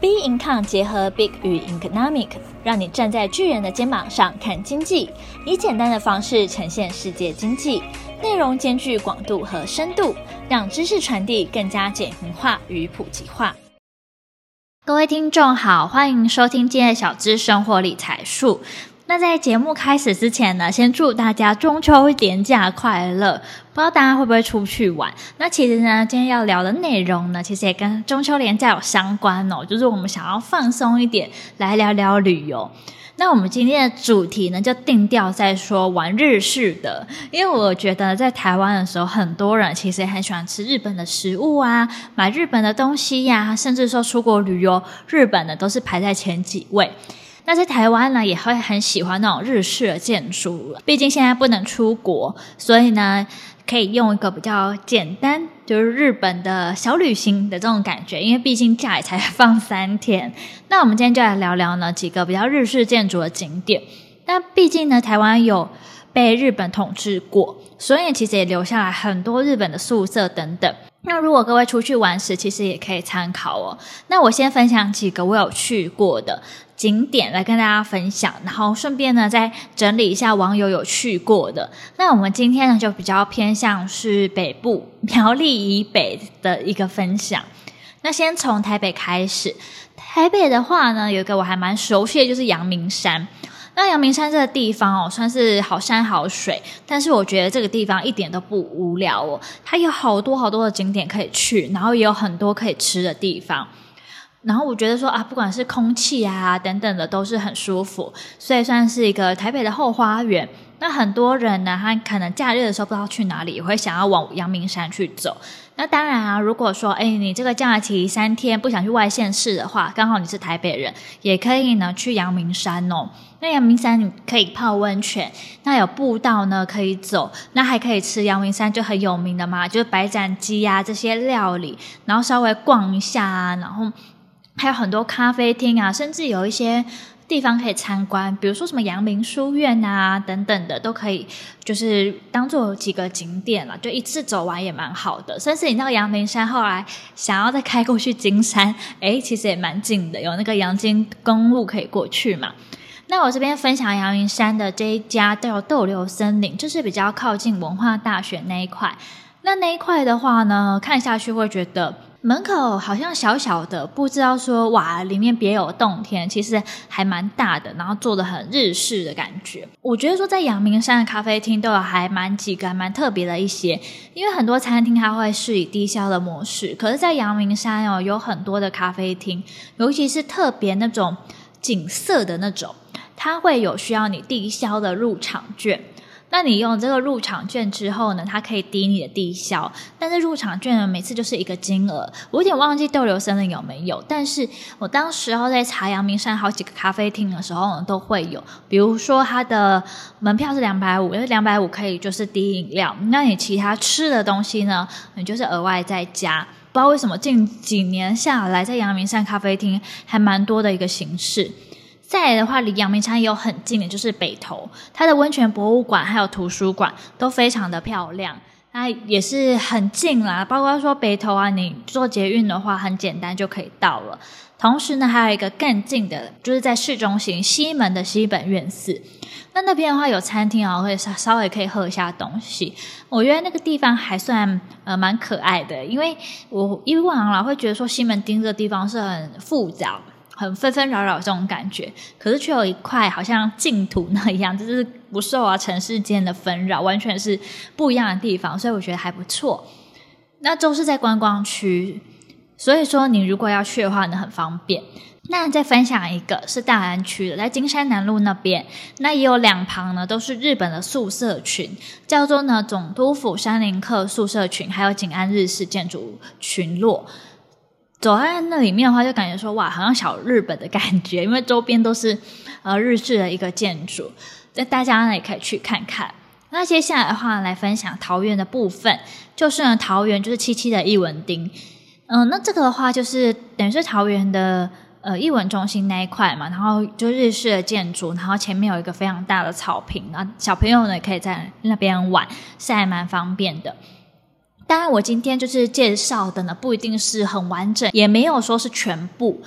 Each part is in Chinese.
B Income 结合 Big 与 Economic， 让你站在巨人的肩膀上看经济，以简单的方式呈现世界经济，内容兼具广度和深度，让知识传递更加简明化与普及化。各位听众好，欢迎收听今天的小资生活理财术。那在节目开始之前呢，先祝大家中秋连假快乐。不知道大家会不会出去玩？那其实呢，今天要聊的内容呢，其实也跟中秋连假有相关哦，就是我们想要放松一点，来聊聊旅游。那我们今天的主题呢，就定调在说玩日式的，因为我觉得在台湾的时候，很多人其实也很喜欢吃日本的食物啊，买日本的东西呀，甚至说出国旅游，日本的都是排在前几位。那在台湾呢，也会很喜欢那种日式的建筑，毕竟现在不能出国，所以呢，可以用一个比较简单，就是日本的小旅行的这种感觉，因为毕竟假也才放3天。那我们今天就来聊聊呢几个比较日式建筑的景点。那毕竟呢，台湾有被日本统治过，所以其实也留下来很多日本的宿舍等等。那如果各位出去玩时，其实也可以参考哦。那我先分享几个我有去过的景点来跟大家分享，然后顺便呢再整理一下网友有去过的。那我们今天呢就比较偏向是北部苗栗以北的一个分享。那先从台北开始，台北的话呢，有一个我还蛮熟悉的，就是阳明山。那阳明山这个地方算是好山好水，但是我觉得这个地方一点都不无聊哦，它有好多好多的景点可以去，然后也有很多可以吃的地方。然后我觉得说不管是空气啊等等的都是很舒服，所以算是一个台北的后花园。那很多人呢，他可能假日的时候不知道去哪里，也会想要往阳明山去走。那当然啊，如果说你这个假期3天不想去外县市的话，刚好你是台北人，也可以呢去阳明山哦。那阳明山你可以泡温泉，那有步道呢可以走，那还可以吃阳明山就很有名的嘛，就是白斩鸡啊这些料理，然后稍微逛一下啊，然后还有很多咖啡厅啊，甚至有一些地方可以参观，比如说什么阳明书院啊等等的，都可以就是当做几个景点啦，就一次走完也蛮好的。甚至你到阳明山后来想要再开过去金山，其实也蛮近的，有那个阳金公路可以过去嘛。那我这边分享阳明山的这一家叫逗留森林，就是比较靠近文化大学那一块。那一块的话呢，看下去会觉得门口好像小小的，不知道说哇里面别有洞天，其实还蛮大的，然后做得很日式的感觉。我觉得说在阳明山的咖啡厅都有还蛮几个还蛮特别的一些，因为很多餐厅它会是以低消的模式，可是在阳明山有很多的咖啡厅，尤其是特别那种景色的那种，它会有需要你低消的入场券。那你用这个入场券之后呢，它可以抵你的低消，但是入场券呢每次就是一个金额，我有点忘记逗留森林有没有，但是我当时候在查阳明山好几个咖啡厅的时候呢都会有，比如说它的门票是250，因为250可以就是抵饮料，那你其他吃的东西呢你就是额外再加。不知道为什么近几年下来在阳明山咖啡厅还蛮多的一个形式。再来的话，离阳明山也有很近的就是北投，它的温泉博物馆还有图书馆都非常的漂亮，它也是很近啦，包括说北投啊，你坐捷运的话很简单就可以到了。同时呢，还有一个更近的，就是在市中心西门的西本院寺，那边的话有餐厅啊，会稍微可以喝一下东西。我觉得那个地方还算蛮可爱的，因为我以往啦会觉得说西门町这个地方是很复杂，很纷纷扰扰这种感觉，可是却有一块好像净土那样，就是不受城市间的纷扰，完全是不一样的地方，所以我觉得还不错。那都是在观光区，所以说你如果要去的话呢很方便。那再分享一个是大安区的，在金山南路那边，那也有2旁呢都是日本的宿舍群，叫做呢总督府山林客宿舍群，还有景安日式建筑群落。走在那里面的话就感觉说哇好像小日本的感觉，因为周边都是日式的一个建筑，大家呢也可以去看看。那接下来的话来分享桃园的部分，就是呢桃园就是77的艺文町，那这个的话就是等于是桃园的艺文中心那一块嘛，然后就日式的建筑，然后前面有一个非常大的草坪，然后小朋友呢可以在那边玩，是还蛮方便的。当然我今天就是介绍的呢不一定是很完整，也没有说是全部，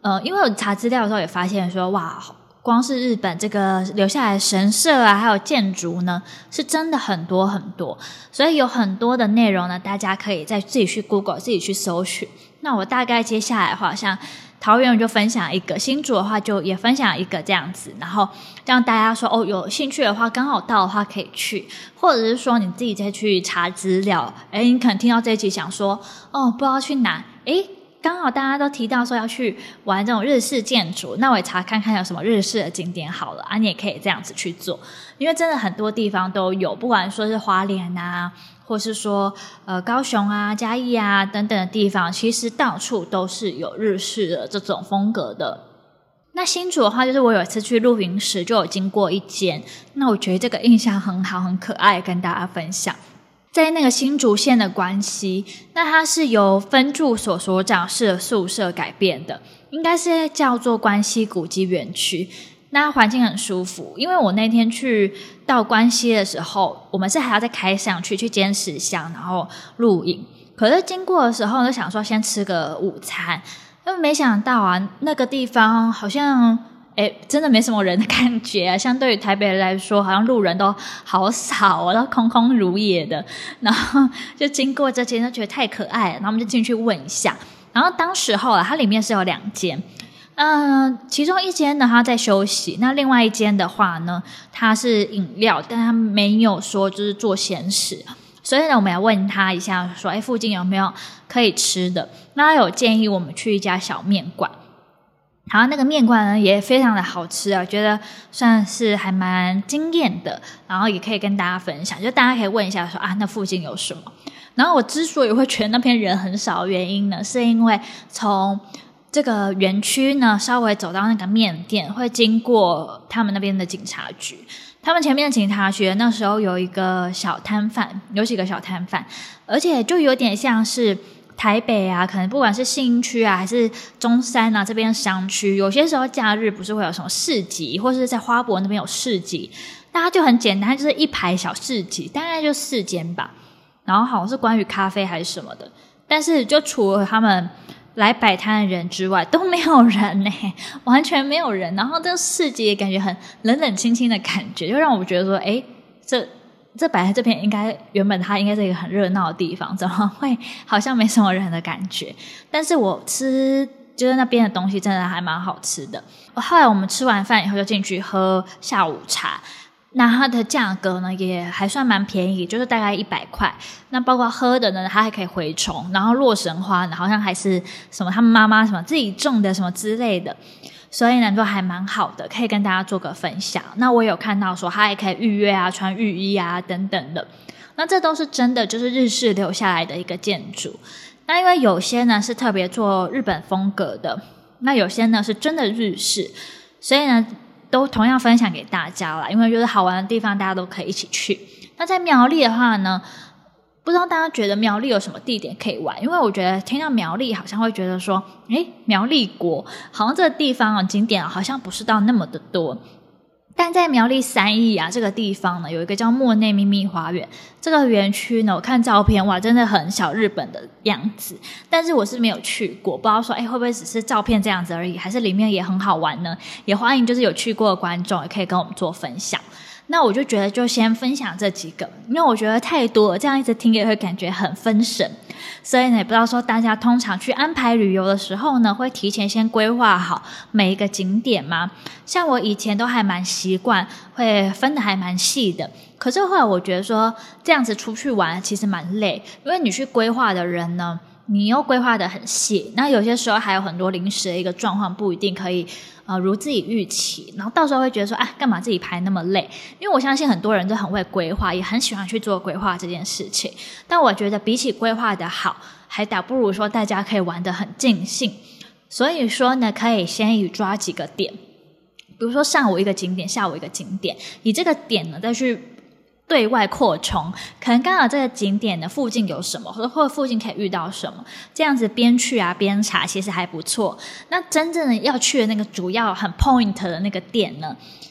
因为我查资料的时候也发现说，哇，光是日本这个留下来的神社啊，还有建筑呢，是真的很多很多，所以有很多的内容呢，大家可以再自己去 Google 自己去搜寻。那我大概接下来的话，像桃园我就分享一个，新竹的话就也分享一个这样子，然后让大家说有兴趣的话，刚好到的话可以去，或者是说你自己再去查资料。你可能听到这一集想说不知道去哪，刚好大家都提到说要去玩这种日式建筑，那我也查看看有什么日式的景点好了你也可以这样子去做，因为真的很多地方都有，不管说是花莲啊，或是说高雄啊、嘉义啊等等的地方，其实到处都是有日式的这种风格的。那新竹的话，就是我有一次去露营时就有经过一间，那我觉得这个印象很好很可爱，跟大家分享。在那个新竹县的关西，那它是由分驻所所长式的宿舍改变的，应该是叫做关西古迹园区。那环境很舒服，因为我那天去到关西的时候，我们是还要再开上去尖石乡，然后露营。可是经过的时候就想说先吃个午餐，但没想到那个地方好像真的没什么人的感觉相对于台北来说，好像路人都好少都空空如也的。然后就经过这间就觉得太可爱了，然后我们就进去问一下。然后当时候它里面是有2间，其中一间呢它在休息，那另外一间的话呢它是饮料，但它没有说就是做咸食，所以呢我们要问他一下说附近有没有可以吃的。那他有建议我们去一家小面馆，然后那个面馆呢也非常的好吃我觉得算是还蛮惊艳的，然后也可以跟大家分享，就大家可以问一下说那附近有什么。然后我之所以会觉得那边人很少的原因呢，是因为从这个园区呢稍微走到那个面店会经过他们那边的警察局，他们前面的警察局那时候有一个小摊贩，有几个小摊贩，而且就有点像是台北可能不管是信义区还是中山这边商区，有些时候假日不是会有什么市集，或是在花博那边有市集，大家就很简单，就是一排小市集，大概就4间吧，然后好像是关于咖啡还是什么的，但是就除了他们来摆摊的人之外都没有人完全没有人。然后这市集也感觉很冷冷清清的感觉，就让我觉得说这摆在这边原本它应该是一个很热闹的地方，怎么会好像没什么人的感觉。但是我吃就是那边的东西真的还蛮好吃的。后来我们吃完饭以后就进去喝下午茶，那它的价格呢也还算蛮便宜，就是大概100块。那包括喝的呢它还可以回虫，然后洛神花好像还是什么他们妈妈什么自己种的什么之类的，所以呢都还蛮好的，可以跟大家做个分享。那我有看到说它还可以预约穿浴衣等等的，那这都是真的就是日式留下来的一个建筑。那因为有些呢是特别做日本风格的，那有些呢是真的日式，所以呢都同样分享给大家啦，因为就是好玩的地方大家都可以一起去。那在苗栗的话呢，不知道大家觉得苗栗有什么地点可以玩，因为我觉得听到苗栗好像会觉得说苗栗国好像这个地方景点好像不是到那么的多。但在苗栗3义这个地方呢，有一个叫莫内秘密花园，这个园区呢我看照片真的很小日本的样子，但是我是没有去过，不知道说会不会只是照片这样子而已，还是里面也很好玩呢？也欢迎就是有去过的观众也可以跟我们做分享。那我就觉得就先分享这几个，因为我觉得太多了，这样一直听也会感觉很分神。所以呢也不知道说大家通常去安排旅游的时候呢，会提前先规划好每一个景点吗？像我以前都还蛮习惯会分得还蛮细的，可是后来我觉得说这样子出去玩其实蛮累，因为你去规划的人呢你又规划得很细，那有些时候还有很多临时的一个状况不一定可以如自己预期，然后到时候会觉得说干嘛自己排那么累。因为我相信很多人都很会规划，也很喜欢去做规划这件事情，但我觉得比起规划的好，还倒不如说大家可以玩得很尽兴。所以说呢可以先抓几个点，比如说上午一个景点，下午一个景点，以这个点呢再去对外扩充，可能刚好这个景点的附近有什么，或者附近可以遇到什么，这样子边去边查其实还不错。那真正的要去的那个主要很 point 的那个点呢，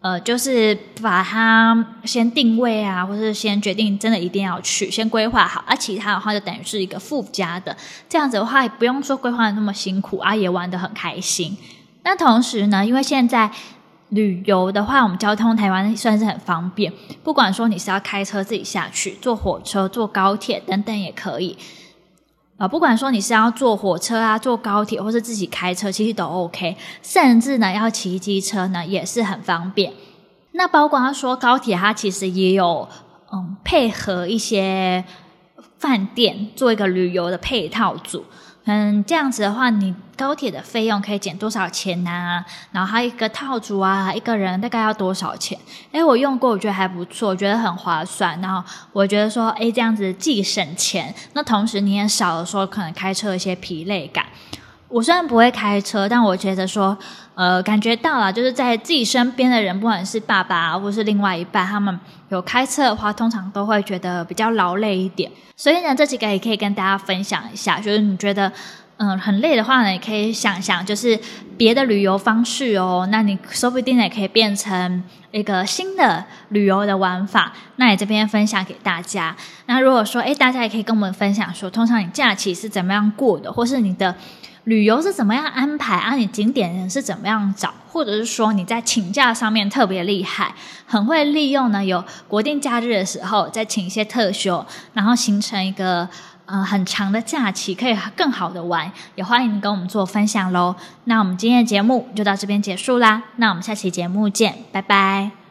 就是把它先定位啊，或是先决定真的一定要去，先规划好，其他的话就等于是一个附加的，这样子的话也不用说规划的那么辛苦也玩得很开心。那同时呢，因为现在旅游的话，我们交通台湾算是很方便，不管说你是要开车自己下去，坐火车、坐高铁等等也可以。不管说你是要坐火车坐高铁或是自己开车，其实都 OK， 甚至呢要骑机车呢也是很方便。那包括他说高铁它其实也有配合一些饭店做一个旅游的配套组，这样子的话你高铁的费用可以减多少钱然后还有一个套组一个人大概要多少钱。我用过，我觉得还不错，我觉得很划算，然后我觉得说这样子既省钱，那同时你也少了说可能开车一些疲累感。我虽然不会开车，但我觉得说感觉到啦，就是在自己身边的人，不管是爸爸或是另外一半，他们有开车的话，通常都会觉得比较劳累一点。所以呢，这几个也可以跟大家分享一下，就是你觉得很累的话呢，也可以想想就是别的旅游方式那你说不定也可以变成一个新的旅游的玩法，那你这边分享给大家。那如果说大家也可以跟我们分享说，通常你假期是怎么样过的，或是你的旅游是怎么样安排你景点是怎么样找，或者是说你在请假上面特别厉害，很会利用呢有国定假日的时候再请一些特休，然后形成一个很长的假期，可以更好的玩，也欢迎跟我们做分享咯。那我们今天的节目就到这边结束啦，那我们下期节目见，拜拜。